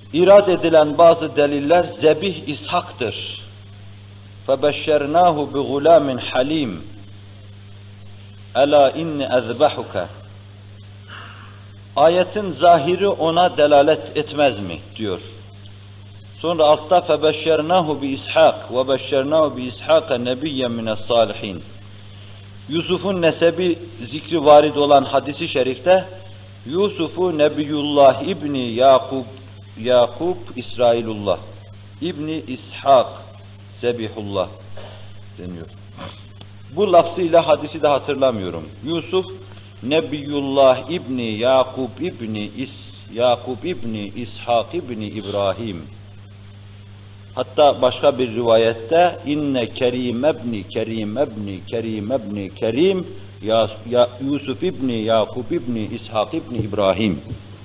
İrad edilen bazı deliller zebih İshak'tır. فَبَشَّرْنَاهُ بِغُلَامٍ حَلِيمٍ اَلَا اِنِّ اَذْبَحُكَ. Ayetin zahiri ona delalet etmez mi diyor. Sonra altta فَبَشَّرْنَاهُ بِإِسْحَاقٍ وَبَشَّرْنَاهُ بِإِسْحَاقَ نَبِيًّا مِنَ الصَّالِحِينَ. Yusuf'un nesebi zikri varid olan hadisi şerifte Yusuf'u Nebiyullah İbni Yakub İsrailullah İbni İshak Zebihullah deniyor. Bu lafzıyla hadisi de hatırlamıyorum. Yusuf Nebiyullah İbni Yakub İbni İshak İbni İbrahim. Hatta başka bir rivayette inne Kerim Yusuf İbni Yakub İbni İshak İbni İbrahim.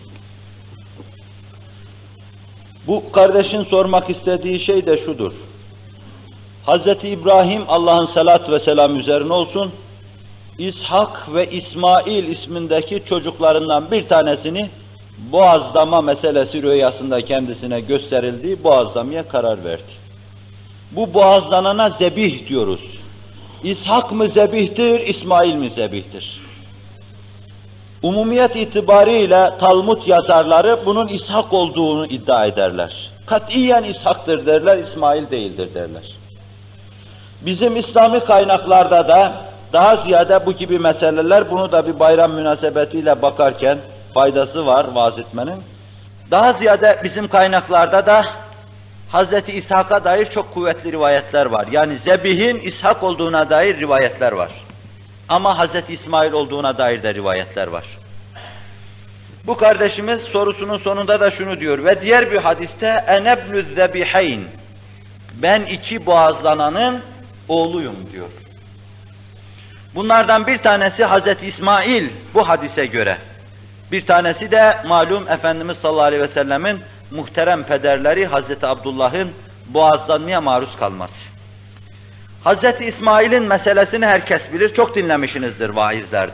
Bu kardeşin sormak istediği şey de şudur. Hazreti İbrahim Allah'ın salatü ve selam üzerine olsun, İshak ve İsmail ismindeki çocuklarından bir tanesini boğazlama meselesi rüyasında kendisine gösterildiği boğazlamaya karar verdi. Bu boğazlanana zebih diyoruz. İshak mı zebihtir, İsmail mi zebihtir? Umumiyet itibariyle Talmud yazarları bunun İshak olduğunu iddia ederler. Katiyen İshak'tır derler, İsmail değildir derler. Bizim İslami kaynaklarda da daha ziyade bu gibi meseleler, bunu da bir bayram münasebetiyle bakarken faydası var vaaz etmenin. Daha ziyade bizim kaynaklarda da Hz. İshak'a dair çok kuvvetli rivayetler var. Yani zebihin İshak olduğuna dair rivayetler var. Ama Hz. İsmail olduğuna dair de rivayetler var. Bu kardeşimiz sorusunun sonunda da şunu diyor ve diğer bir hadiste enebnü zebiheyn, ben iki boğazlananın oğluyum diyor. Bunlardan bir tanesi Hz. İsmail bu hadise göre. Bir tanesi de malum Efendimiz sallallahu aleyhi ve sellemin muhterem pederleri Hz. Abdullah'ın boğazlanmaya maruz kalması. Hz. İsmail'in meselesini herkes bilir, çok dinlemişsinizdir vaizlerde.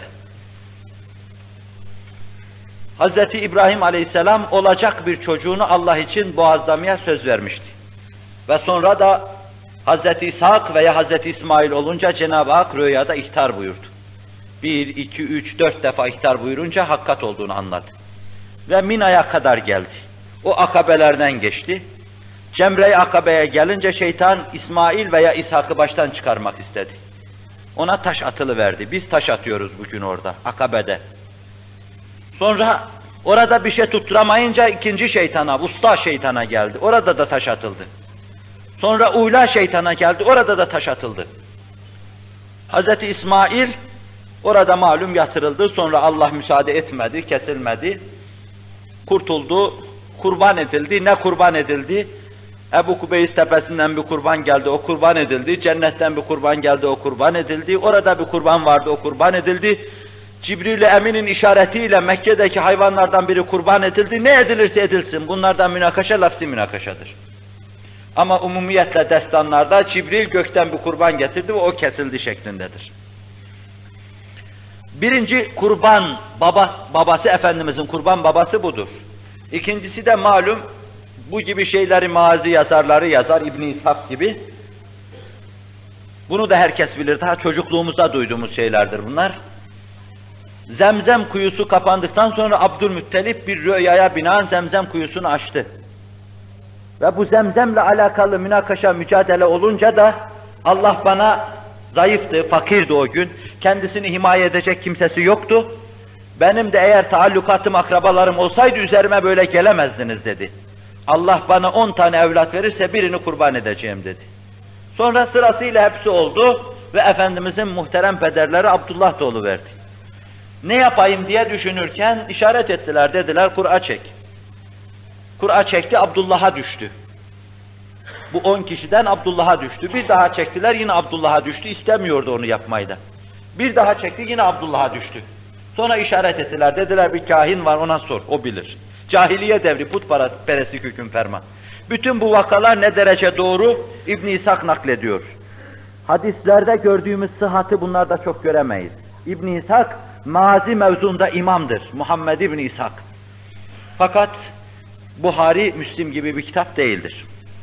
Hz. İbrahim aleyhisselam olacak bir çocuğunu Allah için boğazlamaya söz vermişti. Ve sonra da Hz. İshak veya Hz. İsmail olunca Cenab-ı Hak rüyada ihtar buyurdu. 1, 2, 3, 4 defa ihtar buyurunca hakikat olduğunu anladı. Ve Mina'ya kadar geldi. O akabelerden geçti. Cemre-i Akabe'ye gelince şeytan İsmail veya İshak'ı baştan çıkarmak istedi. Ona taş atılıverdi. Biz taş atıyoruz bugün orada, Akabe'de. Sonra orada bir şey tutturamayınca ikinci şeytana, usta şeytana geldi. Orada da taş atıldı. Sonra Ula şeytana geldi. Orada da taş atıldı. Hz. İsmail orada malum yatırıldı. Sonra Allah müsaade etmedi, kesilmedi. Kurtuldu, kurban edildi. Ne kurban edildi? Ebu Kubeys tepesinden bir kurban geldi, o kurban edildi. Cennetten bir kurban geldi, o kurban edildi. Orada bir kurban vardı, o kurban edildi. Cibril-i Emin'in işaretiyle Mekke'deki hayvanlardan biri kurban edildi. Ne edilirse edilsin. Bunlardan münakaşa lafzi münakaşadır. Ama umumiyetle destanlarda Cibril gökten bir kurban getirdi ve o kesildi şeklindedir. Birinci kurban babası Efendimizin kurban babası budur. İkincisi de malum bu gibi şeyleri mazi yazarları yazar, İbn-i İshak gibi. Bunu da herkes bilir, daha çocukluğumuzda duyduğumuz şeylerdir bunlar. Zemzem kuyusu kapandıktan sonra Abdülmuttalip bir rüyaya binaen Zemzem kuyusunu açtı. Ve bu Zemzem'le alakalı münakaşa, mücadele olunca da Allah bana zayıftı, fakirdi o gün, kendisini himaye edecek kimsesi yoktu. Benim de eğer taallukatım, akrabalarım olsaydı üzerime böyle gelemezdiniz dedi. Allah bana 10 tane evlat verirse birini kurban edeceğim dedi. Sonra sırasıyla hepsi oldu ve Efendimizin muhterem pederleri Abdullah da oluverdi. Ne yapayım diye düşünürken işaret ettiler, dediler Kur'a çek. Kur'a çekti, Abdullah'a düştü. Bu 10 kişiden Abdullah'a düştü. Bir daha çektiler, yine Abdullah'a düştü. İstemiyordu onu yapmayı da. Bir daha çekti, yine Abdullah'a düştü. Sonra işaret ettiler, dediler bir kahin var ona sor, o bilir. Cahiliye devri, putperestlik hüküm ferman. Bütün bu vakalar ne derece doğru İbn-i İshak naklediyor. Hadislerde gördüğümüz sıhhatı bunlarda çok göremeyiz. İbn-i İshak mazi mevzunda imamdır, Muhammed İbn-i İshak. Fakat Buhari, Müslim gibi bir kitap değildir.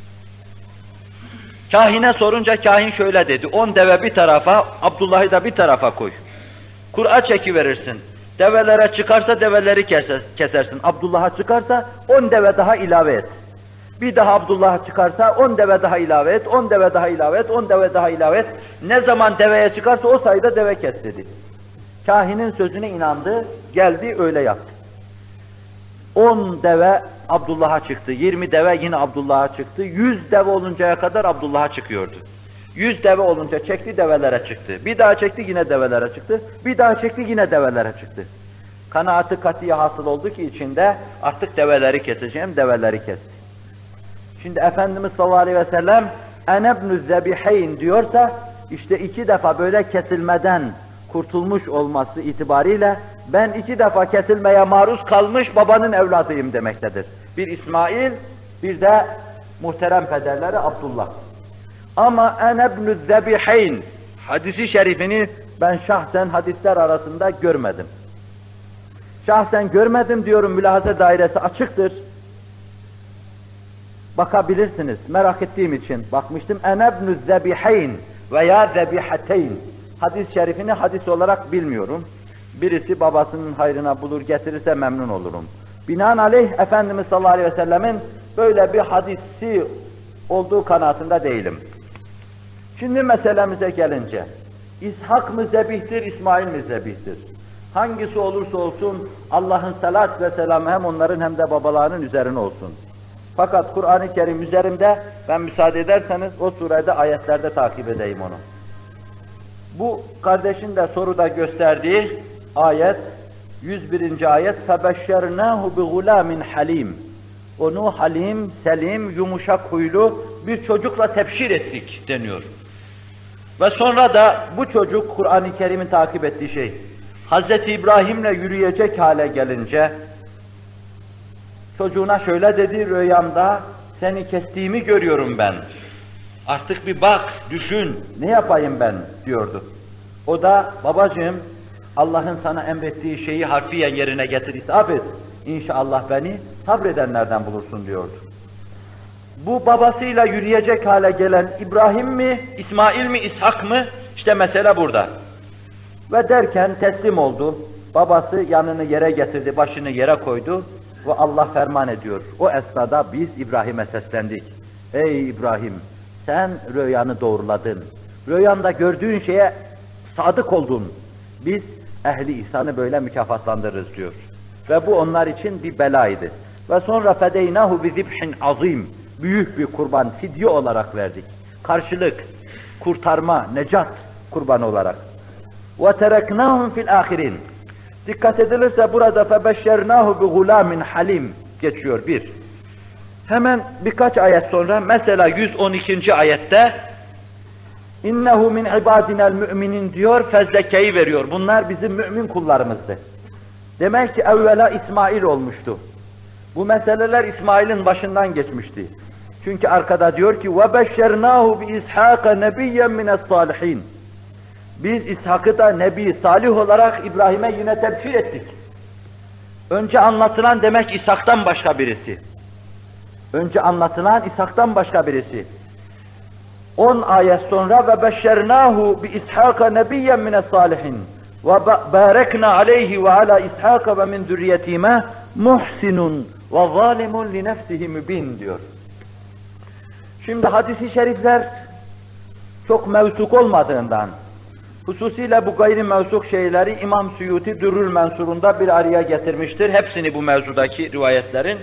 Kahine sorunca kahin şöyle dedi, 10 deve bir tarafa, Abdullah'ı da bir tarafa koy. Kur'a çekiverirsin. Develere çıkarsa develeri kesersin. Abdullah'a çıkarsa 10 deve daha ilave et. Bir daha Abdullah'a çıkarsa 10 deve daha ilave et, 10 deve daha ilave et, 10 deve daha ilave et. Ne zaman deveye çıkarsa o sayıda deve kes dedi. Kahinin sözüne inandı, geldi öyle yaptı. 10 deve Abdullah'a çıktı, 20 deve yine Abdullah'a çıktı, 100 deve oluncaya kadar Abdullah'a çıkıyordu. 100 deve olunca çekti, develere çıktı. Bir daha çekti, yine develere çıktı. Bir daha çekti, yine develere çıktı. Kanaatı katiye hasıl oldu ki içinde artık develeri keseceğim, develeri kesti. Şimdi Efendimiz sallallahu aleyhi ve sellem enebnü zebiheyn diyorsa işte 2 defa böyle kesilmeden kurtulmuş olması itibariyle ben 2 defa kesilmeye maruz kalmış babanın evladıyım demektedir. Bir İsmail, bir de muhterem pederleri Abdullah. Ama enebnü zebiheyn hadisi şerifini ben şahsen hadisler arasında görmedim. Şahsen görmedim diyorum, mülahaza dairesi açıktır. Bakabilirsiniz, merak ettiğim için bakmıştım. Enebnü zebiheyn veya zebihateyn. Hadis-i şerifini hadis olarak bilmiyorum. Birisi babasının hayrına bulur getirirse memnun olurum. Binaenaleyh Efendimiz sallallahu aleyhi ve sellemin böyle bir hadisi olduğu kanaatinde değilim. Şimdi meselemize gelince, İshak mı zebihtir, İsmail mi zebihtir? Hangisi olursa olsun Allah'ın salat ve selamı hem onların hem de babalarının üzerine olsun. Fakat Kur'an-ı Kerim üzerimde, ben müsaade ederseniz o surede ayetlerde takip edeyim onu. Bu kardeşin de soruda gösterdiği ayet, 101. ayet فَبَشَّرْنَاهُ بِغُلَامٍ حَلِيمٍ. Onu halim, selim, yumuşak huylu bir çocukla tebşir ettik deniyor. Ve sonra da bu çocuk, Kur'an-ı Kerim'in takip ettiği şey, Hz. İbrahim'le yürüyecek hale gelince, çocuğuna şöyle dedi rüyamda, seni kestiğimi görüyorum ben. Artık bir bak, düşün, ne yapayım ben diyordu. O da babacığım, Allah'ın sana emrettiği şeyi harfiyen yerine getir, isaf et. İnşallah beni sabredenlerden bulursun diyordu. Bu babasıyla yürüyecek hale gelen İbrahim mi, İsmail mi, İshak mı? İşte mesele burada. Ve derken teslim oldu. Babası yanını yere getirdi, başını yere koydu ve Allah ferman ediyor. O esnada biz İbrahim'e seslendik. Ey İbrahim, sen rüyanı doğruladın. Rüyanda gördüğün şeye sadık oldun. Biz ehli ihsanı böyle mükafatlandırırız diyor. Ve bu onlar için bir belaydı. Ve sonra fedeynahu bi zibhin azim. Büyük bir kurban, fidye olarak verdik. Karşılık, kurtarma, necat kurbanı olarak. Ve tereknahum fil ahirin. Dikkat edilirse burada febeşşernahu bi gulamin halim geçiyor bir. Hemen birkaç ayet sonra mesela 112. ayette İnnehu min ibadinel müminin diyor, fezlekeyi veriyor. Bunlar bizim mümin kullarımızdı. Demek ki evvela İsmail olmuştu. Bu meseleler İsmail'in başından geçmişti. Çünkü arkada diyor ki وَبَشَّرْنَاهُ بِإِسْحَاقَ نَبِيًّا مِنَ الصَّالِحِينَ. Biz İshak'ı da Nebi Salih olarak İbrahim'e yine tebşir ettik. Önce anlatılan demek İshak'tan başka birisi. Önce anlatılan İshak'tan başka birisi. 10 ayet sonra وَبَشَّرْنَاهُ بِإِسْحَاقَ نَبِيًّا مِنَ الصَّالِحِينَ وَبَارَكْنَا عَلَيْهِ وَعَلَى إِسْحَاقَ وَمِنْ ذُرِّيَّتِهِمَا مُحْسِنٌ وَظَالِمٌ لِنَفْسِهِ مُبِينٌ diyor. Şimdi hadis-i şerifler çok mevsuk olmadığından, hususiyle bu gayri mevsuk şeyleri İmam Suyuti Dürrül Mensur'unda bir araya getirmiştir. Hepsini bu mevzudaki rivayetlerin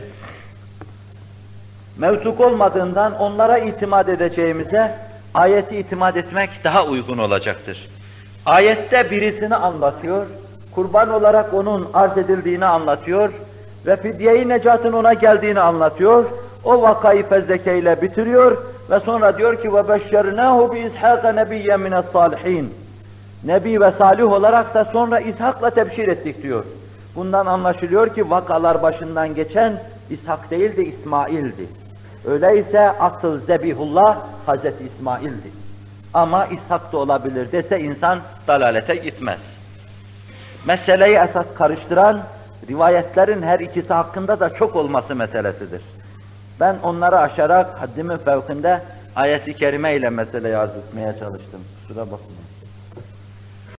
mevsuk olmadığından onlara itimat edeceğimize ayeti itimat etmek daha uygun olacaktır. Ayette birisini anlatıyor, kurban olarak onun arz edildiğini anlatıyor ve fidye-i necatın ona geldiğini anlatıyor. O vakayı fezlekeyle bitiriyor ve sonra diyor ki وَبَشَّرْنَاهُ بِإِسْحَاقَ نَبِيًّا مِنَ الصَّالِحِينَ. Nebi ve salih olarak da sonra İshak'la tebşir ettik diyor. Bundan anlaşılıyor ki vakalar başından geçen İshak değil de İsmail'di. Öyleyse asıl Zebihullah Hazreti İsmail'di. Ama İshak da olabilir dese insan dalalete gitmez. Meseleyi esas karıştıran rivayetlerin her ikisi hakkında da çok olması meselesidir. Ben onları aşarak haddimin fevkinde ayet-i kerime ile meseleyi arz etmeye çalıştım. Kusura bakmayın.